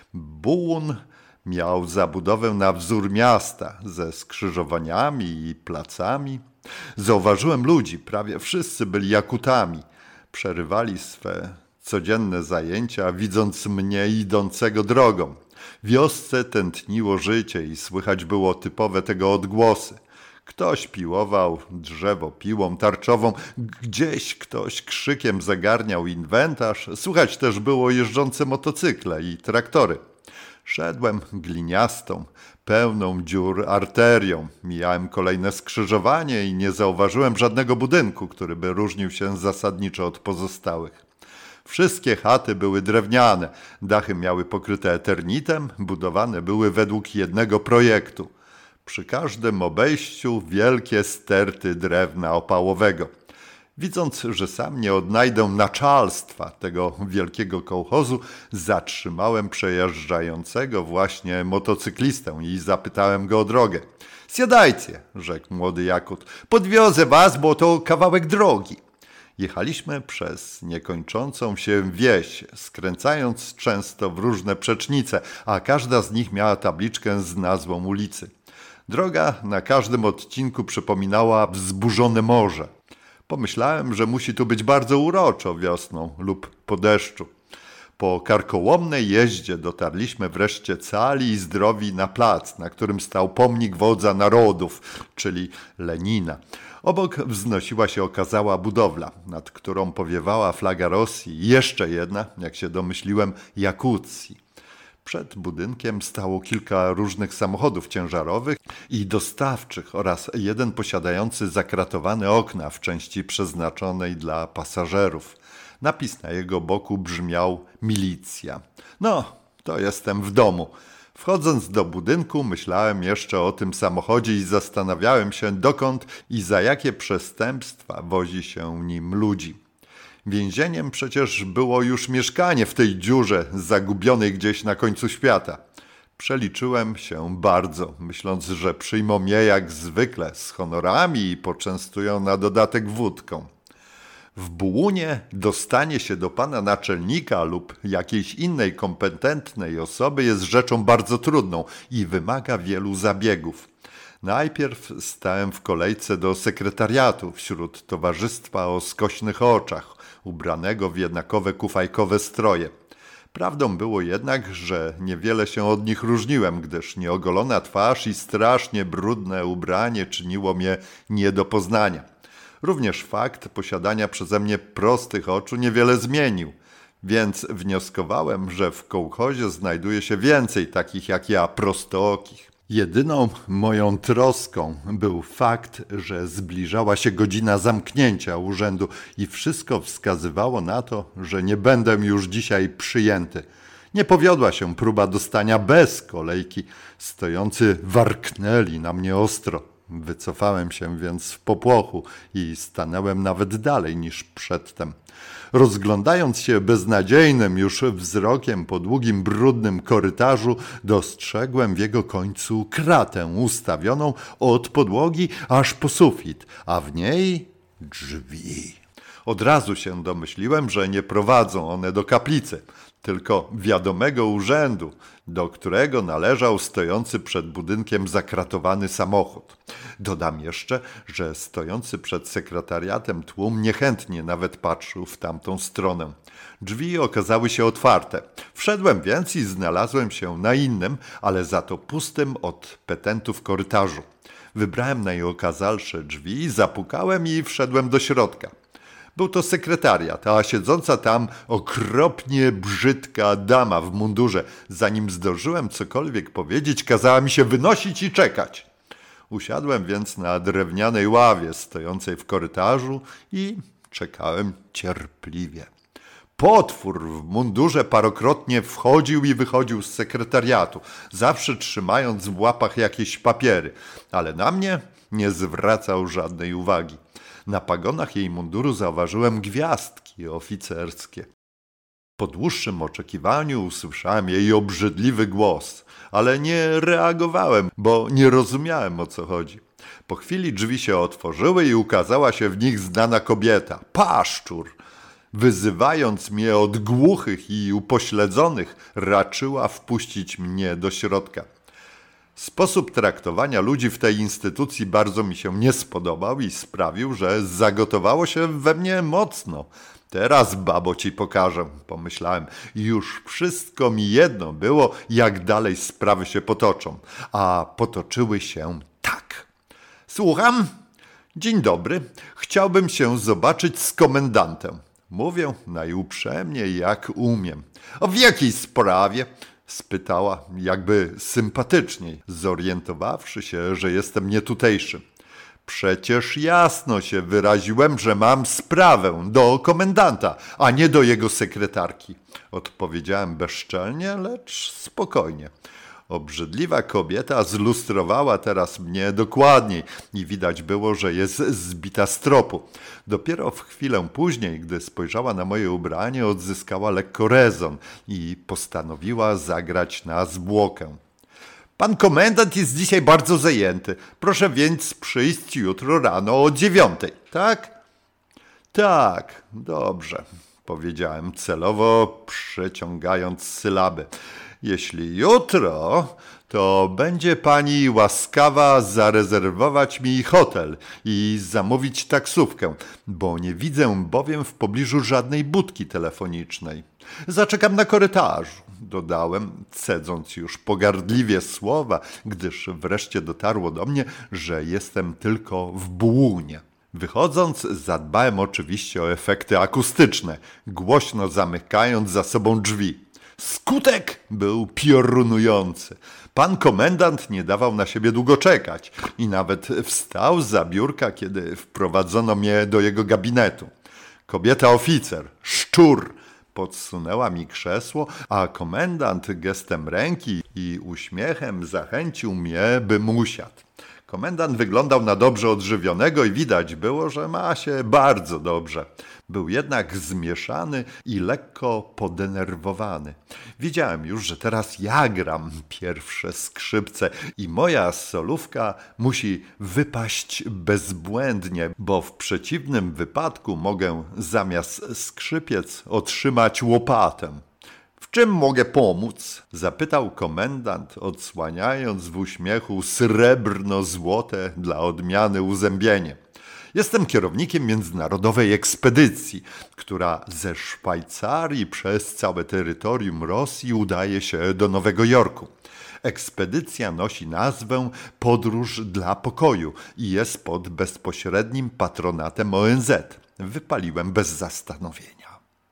Bułun miał zabudowę na wzór miasta ze skrzyżowaniami i placami. Zauważyłem ludzi, prawie wszyscy byli Jakutami. Przerywali swe codzienne zajęcia, widząc mnie idącego drogą. W wiosce tętniło życie i słychać było typowe tego odgłosy. Ktoś piłował drzewo piłą tarczową, gdzieś ktoś krzykiem zagarniał inwentarz, słychać też było jeżdżące motocykle i traktory. Szedłem gliniastą, pełną dziur arterią. Mijałem kolejne skrzyżowanie i nie zauważyłem żadnego budynku, który by różnił się zasadniczo od pozostałych. Wszystkie chaty były drewniane, dachy miały pokryte eternitem, budowane były według jednego projektu. Przy każdym obejściu wielkie sterty drewna opałowego. Widząc, że sam nie odnajdę naczalstwa tego wielkiego kołchozu, zatrzymałem przejeżdżającego właśnie motocyklistę i zapytałem go o drogę. Siadajcie, rzekł młody Jakut, podwiozę was, bo to kawałek drogi. Jechaliśmy przez niekończącą się wieś, skręcając często w różne przecznice, a każda z nich miała tabliczkę z nazwą ulicy. Droga na każdym odcinku przypominała wzburzone morze. Pomyślałem, że musi tu być bardzo uroczo wiosną lub po deszczu. Po karkołomnej jeździe dotarliśmy wreszcie cali i zdrowi na plac, na którym stał pomnik wodza narodów, czyli Lenina. Obok wznosiła się okazała budowla, nad którą powiewała flaga Rosji i jeszcze jedna, jak się domyśliłem, Jakucji. Przed budynkiem stało kilka różnych samochodów ciężarowych i dostawczych oraz jeden posiadający zakratowane okna w części przeznaczonej dla pasażerów. Napis na jego boku brzmiał milicja. No, to jestem w domu. Wchodząc do budynku myślałem jeszcze o tym samochodzie i zastanawiałem się, dokąd i za jakie przestępstwa wozi się nim ludzi. Więzieniem przecież było już mieszkanie w tej dziurze zagubionej gdzieś na końcu świata. Przeliczyłem się bardzo, myśląc, że przyjmą mnie jak zwykle z honorami i poczęstują na dodatek wódką. W Bułunie dostanie się do pana naczelnika lub jakiejś innej kompetentnej osoby jest rzeczą bardzo trudną i wymaga wielu zabiegów. Najpierw stałem w kolejce do sekretariatu wśród towarzystwa o skośnych oczach, ubranego w jednakowe kufajkowe stroje. Prawdą było jednak, że niewiele się od nich różniłem, gdyż nieogolona twarz i strasznie brudne ubranie czyniło mnie nie do poznania. Również fakt posiadania przeze mnie prostych oczu niewiele zmienił, więc wnioskowałem, że w kołchozie znajduje się więcej takich jak ja prostookich. Jedyną moją troską był fakt, że zbliżała się godzina zamknięcia urzędu i wszystko wskazywało na to, że nie będę już dzisiaj przyjęty. Nie powiodła się próba dostania bez kolejki. Stojący warknęli na mnie ostro. Wycofałem się więc w popłochu i stanąłem nawet dalej niż przedtem. Rozglądając się beznadziejnym już wzrokiem po długim, brudnym korytarzu, dostrzegłem w jego końcu kratę ustawioną od podłogi aż po sufit, a w niej drzwi. Od razu się domyśliłem, że nie prowadzą one do kaplicy, tylko wiadomego urzędu, do którego należał stojący przed budynkiem zakratowany samochód. Dodam jeszcze, że stojący przed sekretariatem tłum niechętnie nawet patrzył w tamtą stronę. Drzwi okazały się otwarte. Wszedłem więc i znalazłem się na innym, ale za to pustym od petentów korytarzu. Wybrałem najokazalsze drzwi, zapukałem i wszedłem do środka. Był to sekretariat, a siedząca tam okropnie brzydka dama w mundurze. Zanim zdążyłem cokolwiek powiedzieć, kazała mi się wynosić i czekać. Usiadłem więc na drewnianej ławie stojącej w korytarzu i czekałem cierpliwie. Potwór w mundurze parokrotnie wchodził i wychodził z sekretariatu, zawsze trzymając w łapach jakieś papiery, ale na mnie nie zwracał żadnej uwagi. Na pagonach jej munduru zauważyłem gwiazdki oficerskie. Po dłuższym oczekiwaniu usłyszałem jej obrzydliwy głos, ale nie reagowałem, bo nie rozumiałem, o co chodzi. Po chwili drzwi się otworzyły i ukazała się w nich znana kobieta, paszczur. Wyzywając mnie od głuchych i upośledzonych, raczyła wpuścić mnie do środka. Sposób traktowania ludzi w tej instytucji bardzo mi się nie spodobał i sprawił, że zagotowało się we mnie mocno. Teraz, babo, ci pokażę, pomyślałem. Już wszystko mi jedno było, jak dalej sprawy się potoczą. A potoczyły się tak. Słucham? Dzień dobry. Chciałbym się zobaczyć z komendantem. Mówię najuprzejmiej, jak umiem. W jakiej sprawie? Spytała jakby sympatyczniej, zorientowawszy się, że jestem nietutejszy. Przecież jasno się wyraziłem, że mam sprawę do komendanta, a nie do jego sekretarki. Odpowiedziałem bezczelnie, lecz spokojnie. Obrzydliwa kobieta zlustrowała teraz mnie dokładniej i widać było, że jest zbita z tropu. Dopiero w chwilę później, gdy spojrzała na moje ubranie, odzyskała lekko rezon i postanowiła zagrać na zwłokę. Pan komendant jest dzisiaj bardzo zajęty. Proszę więc przyjść jutro rano o 9:00, tak? Tak, dobrze, powiedziałem celowo, przeciągając sylaby. Jeśli jutro, to będzie pani łaskawa zarezerwować mi hotel i zamówić taksówkę, bo nie widzę bowiem w pobliżu żadnej budki telefonicznej. Zaczekam na korytarzu, dodałem, cedząc już pogardliwie słowa, gdyż wreszcie dotarło do mnie, że jestem tylko w błunie. Wychodząc, zadbałem oczywiście o efekty akustyczne, głośno zamykając za sobą drzwi. Skutek był piorunujący. Pan komendant nie dawał na siebie długo czekać i nawet wstał zza biurka, kiedy wprowadzono mnie do jego gabinetu. Kobieta oficer, szczur, podsunęła mi krzesło, a komendant gestem ręki i uśmiechem zachęcił mnie, bym usiadł. Komendant wyglądał na dobrze odżywionego i widać było, że ma się bardzo dobrze. Był jednak zmieszany i lekko podenerwowany. Wiedziałem już, że teraz ja gram pierwsze skrzypce i moja solówka musi wypaść bezbłędnie, bo w przeciwnym wypadku mogę zamiast skrzypiec otrzymać łopatę. W czym mogę pomóc? Zapytał komendant, odsłaniając w uśmiechu srebrno-złote dla odmiany uzębienie. Jestem kierownikiem międzynarodowej ekspedycji, która ze Szwajcarii przez całe terytorium Rosji udaje się do Nowego Jorku. Ekspedycja nosi nazwę Podróż dla Pokoju i jest pod bezpośrednim patronatem ONZ. Wypaliłem bez zastanowienia.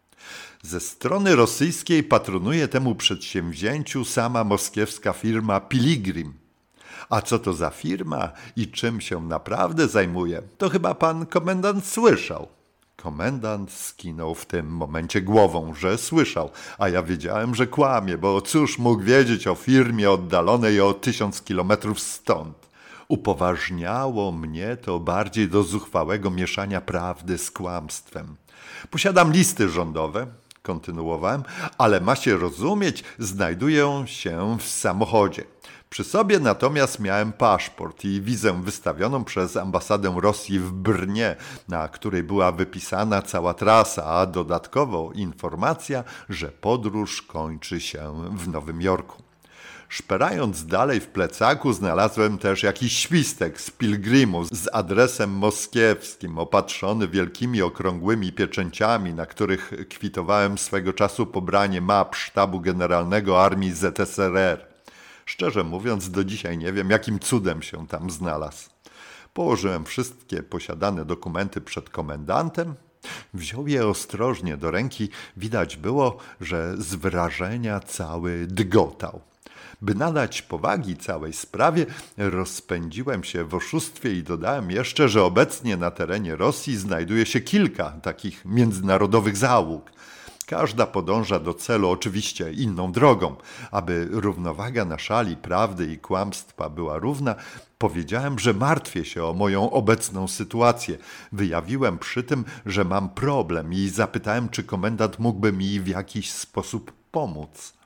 Ze strony rosyjskiej patronuje temu przedsięwzięciu sama moskiewska firma Piligrim. A co to za firma i czym się naprawdę zajmuje, to chyba pan komendant słyszał. Komendant skinął w tym momencie głową, że słyszał, a ja wiedziałem, że kłamie, bo cóż mógł wiedzieć o firmie oddalonej o 1000 kilometrów stąd. Upoważniało mnie to bardziej do zuchwałego mieszania prawdy z kłamstwem. Posiadam listy rządowe, kontynuowałem, ale ma się rozumieć, znajdują się w samochodzie. Przy sobie natomiast miałem paszport i wizę wystawioną przez ambasadę Rosji w Brnie, na której była wypisana cała trasa, a dodatkowo informacja, że podróż kończy się w Nowym Jorku. Szperając dalej w plecaku znalazłem też jakiś świstek z Pilgrimu z adresem moskiewskim, opatrzony wielkimi okrągłymi pieczęciami, na których kwitowałem swego czasu pobranie map sztabu generalnego armii ZSRR. Szczerze mówiąc, do dzisiaj nie wiem, jakim cudem się tam znalazł. Położyłem wszystkie posiadane dokumenty przed komendantem. Wziął je ostrożnie do ręki. Widać było, że z wrażenia cały dygotał. By nadać powagi całej sprawie, rozpędziłem się w oszustwie i dodałem jeszcze, że obecnie na terenie Rosji znajduje się kilka takich międzynarodowych załóg. Każda podąża do celu oczywiście inną drogą. Aby równowaga na szali prawdy i kłamstwa była równa, powiedziałem, że martwię się o moją obecną sytuację. Wyjawiłem przy tym, że mam problem i zapytałem, czy komendant mógłby mi w jakiś sposób pomóc.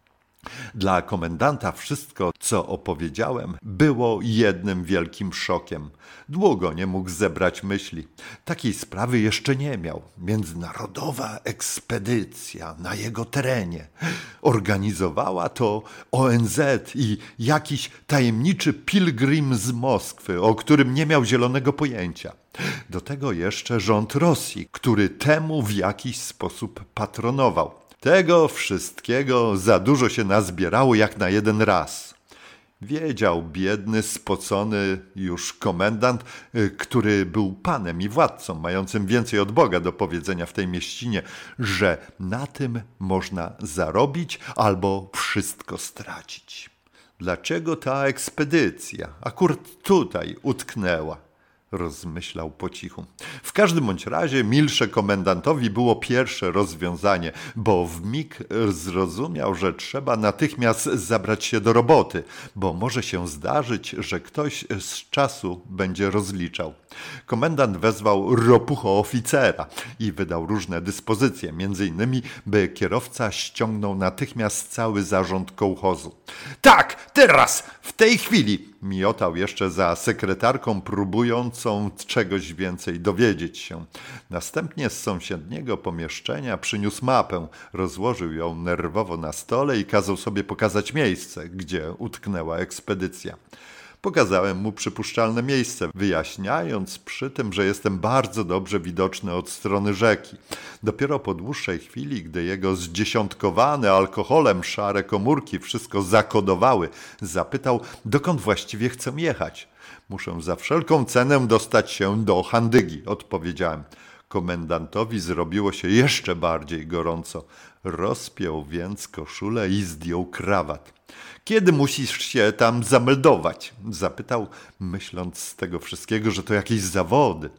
Dla komendanta wszystko, co opowiedziałem, było jednym wielkim szokiem. Długo nie mógł zebrać myśli. Takiej sprawy jeszcze nie miał. Międzynarodowa ekspedycja na jego terenie. Organizowała to ONZ i jakiś tajemniczy pilgrim z Moskwy, o którym nie miał zielonego pojęcia. Do tego jeszcze rząd Rosji, który temu w jakiś sposób patronował. Tego wszystkiego za dużo się nazbierało jak na jeden raz. Wiedział biedny, spocony już komendant, który był panem i władcą, mającym więcej od Boga do powiedzenia w tej mieścinie, że na tym można zarobić albo wszystko stracić. Dlaczego ta ekspedycja akurat tutaj utknęła? Rozmyślał po cichu. W każdym bądź razie milsze komendantowi było pierwsze rozwiązanie, bo wmig zrozumiał, że trzeba natychmiast zabrać się do roboty, bo może się zdarzyć, że ktoś z czasu będzie rozliczał. Komendant wezwał ropucho oficera i wydał różne dyspozycje, między innymi, by kierowca ściągnął natychmiast cały zarząd kołchozu. Tak, teraz, w tej chwili, miotał jeszcze za sekretarką, próbującą czegoś więcej dowiedzieć się. Następnie z sąsiedniego pomieszczenia przyniósł mapę, rozłożył ją nerwowo na stole i kazał sobie pokazać miejsce, gdzie utknęła ekspedycja. Pokazałem mu przypuszczalne miejsce, wyjaśniając przy tym, że jestem bardzo dobrze widoczny od strony rzeki. Dopiero po dłuższej chwili, gdy jego zdziesiątkowane alkoholem szare komórki wszystko zakodowały, zapytał, dokąd właściwie chcę jechać. Muszę za wszelką cenę dostać się do Handygi, odpowiedziałem. Komendantowi zrobiło się jeszcze bardziej gorąco. Rozpiął więc koszulę i zdjął krawat. Kiedy musisz się tam zameldować? Zapytał, myśląc z tego wszystkiego, że to jakieś zawody.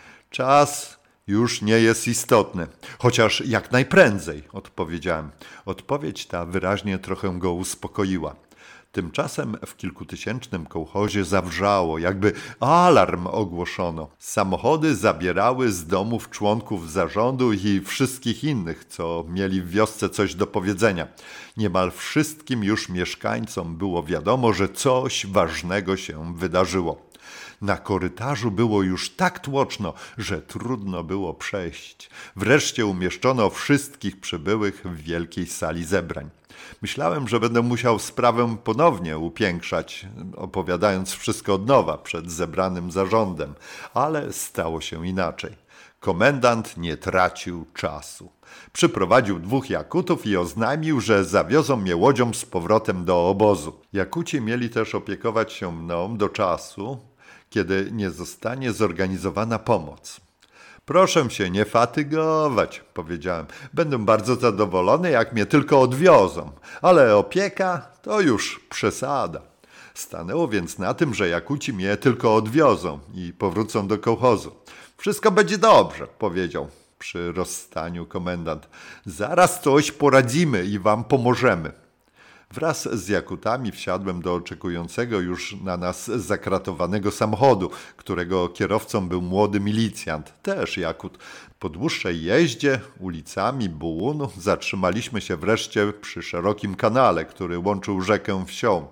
Czas już nie jest istotny, chociaż jak najprędzej, odpowiedziałem. Odpowiedź ta wyraźnie trochę go uspokoiła. Tymczasem w kilkutysięcznym kołchozie zawrzało, jakby alarm ogłoszono. Samochody zabierały z domów członków zarządu i wszystkich innych, co mieli w wiosce coś do powiedzenia. Niemal wszystkim już mieszkańcom było wiadomo, że coś ważnego się wydarzyło. Na korytarzu było już tak tłoczno, że trudno było przejść. Wreszcie umieszczono wszystkich przybyłych w wielkiej sali zebrań. Myślałem, że będę musiał sprawę ponownie upiększać, opowiadając wszystko od nowa przed zebranym zarządem, ale stało się inaczej. Komendant nie tracił czasu. Przyprowadził 2 Jakutów i oznajmił, że zawiozą mnie łodzią z powrotem do obozu. Jakuci mieli też opiekować się mną do czasu, kiedy nie zostanie zorganizowana pomoc. Proszę się nie fatygować, powiedziałem. Będę bardzo zadowolony, jak mnie tylko odwiozą, ale opieka to już przesada. Stanęło więc na tym, że Jakuci mnie tylko odwiozą i powrócą do kołchozu. Wszystko będzie dobrze, powiedział przy rozstaniu komendant. Zaraz coś poradzimy i wam pomożemy. Wraz z Jakutami wsiadłem do oczekującego już na nas zakratowanego samochodu, którego kierowcą był młody milicjant, też Jakut. Po dłuższej jeździe ulicami Bułunu zatrzymaliśmy się wreszcie przy szerokim kanale, który łączył rzekę wsią.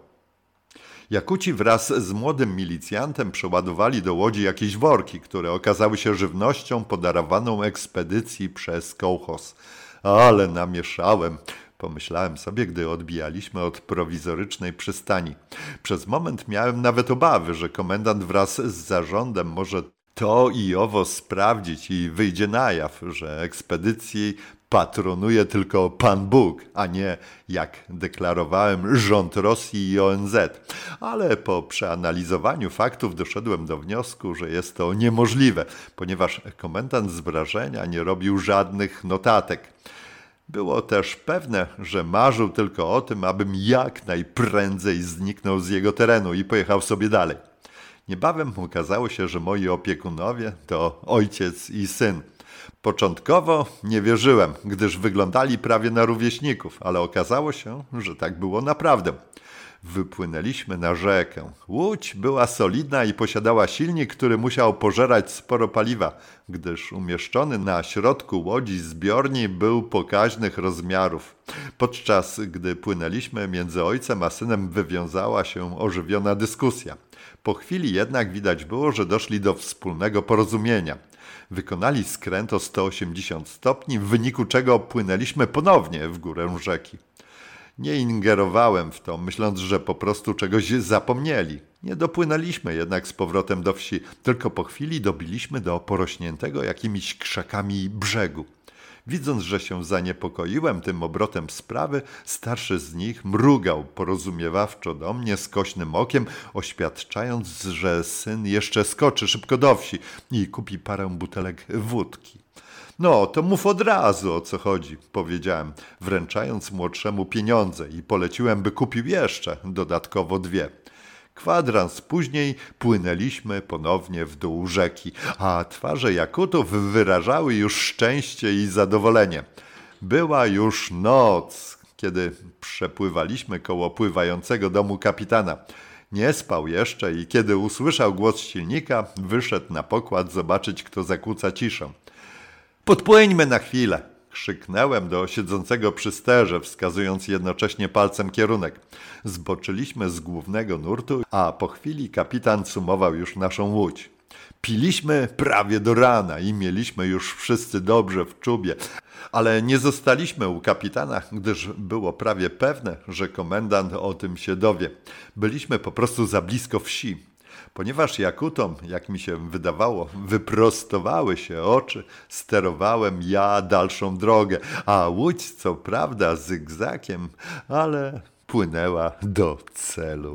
Jakuci wraz z młodym milicjantem przeładowali do łodzi jakieś worki, które okazały się żywnością podarowaną ekspedycji przez kołchoz. Ale namieszałem, pomyślałem sobie, gdy odbijaliśmy od prowizorycznej przystani. Przez moment miałem nawet obawy, że komendant wraz z zarządem może to i owo sprawdzić i wyjdzie na jaw, że ekspedycji patronuje tylko Pan Bóg, a nie, jak deklarowałem, rząd Rosji i ONZ. Ale po przeanalizowaniu faktów doszedłem do wniosku, że jest to niemożliwe, ponieważ komendant z wrażenia nie robił żadnych notatek. Było też pewne, że marzył tylko o tym, abym jak najprędzej zniknął z jego terenu i pojechał sobie dalej. Niebawem okazało się, że moi opiekunowie to ojciec i syn. Początkowo nie wierzyłem, gdyż wyglądali prawie na rówieśników, ale okazało się, że tak było naprawdę. Wypłynęliśmy na rzekę. Łódź była solidna i posiadała silnik, który musiał pożerać sporo paliwa, gdyż umieszczony na środku łodzi zbiornik był pokaźnych rozmiarów. Podczas gdy płynęliśmy, między ojcem a synem wywiązała się ożywiona dyskusja. Po chwili jednak widać było, że doszli do wspólnego porozumienia. Wykonali skręt o 180 stopni, w wyniku czego płynęliśmy ponownie w górę rzeki. Nie ingerowałem w to, myśląc, że po prostu czegoś zapomnieli. Nie dopłynęliśmy jednak z powrotem do wsi, tylko po chwili dobiliśmy do porośniętego jakimiś krzakami brzegu. Widząc, że się zaniepokoiłem tym obrotem sprawy, starszy z nich mrugał porozumiewawczo do mnie skośnym okiem, oświadczając, że syn jeszcze skoczy szybko do wsi i kupi parę butelek wódki. No, to mów od razu, o co chodzi, powiedziałem, wręczając młodszemu pieniądze i poleciłem, by kupił jeszcze dodatkowo 2. Kwadrans później płynęliśmy ponownie w dół rzeki, a twarze Jakutów wyrażały już szczęście i zadowolenie. Była już noc, kiedy przepływaliśmy koło pływającego domu kapitana. Nie spał jeszcze i kiedy usłyszał głos silnika, wyszedł na pokład zobaczyć, kto zakłóca ciszę. Podpłyńmy na chwilę, krzyknąłem do siedzącego przy sterze, wskazując jednocześnie palcem kierunek. Zboczyliśmy z głównego nurtu, a po chwili kapitan sumował już naszą łódź. Piliśmy prawie do rana i mieliśmy już wszyscy dobrze w czubie, ale nie zostaliśmy u kapitana, gdyż było prawie pewne, że komendant o tym się dowie. Byliśmy po prostu za blisko wsi. Ponieważ Jakutom, jak mi się wydawało, wyprostowały się oczy, sterowałem ja dalszą drogę, a łódź co prawda zygzakiem, ale płynęła do celu.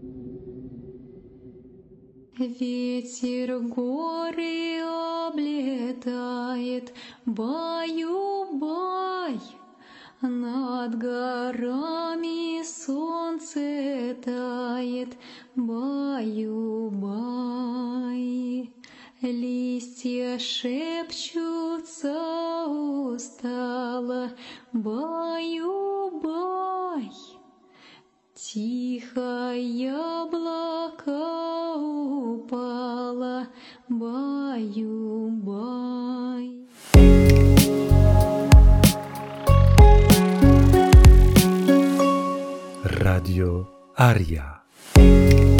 Ветер горы облетает, баю-бай. Над горами солнце тает, баю-бай. Листья шепчутся устало, баю-бай. Тихо яблоко упало, баю-бай. Radio Aria.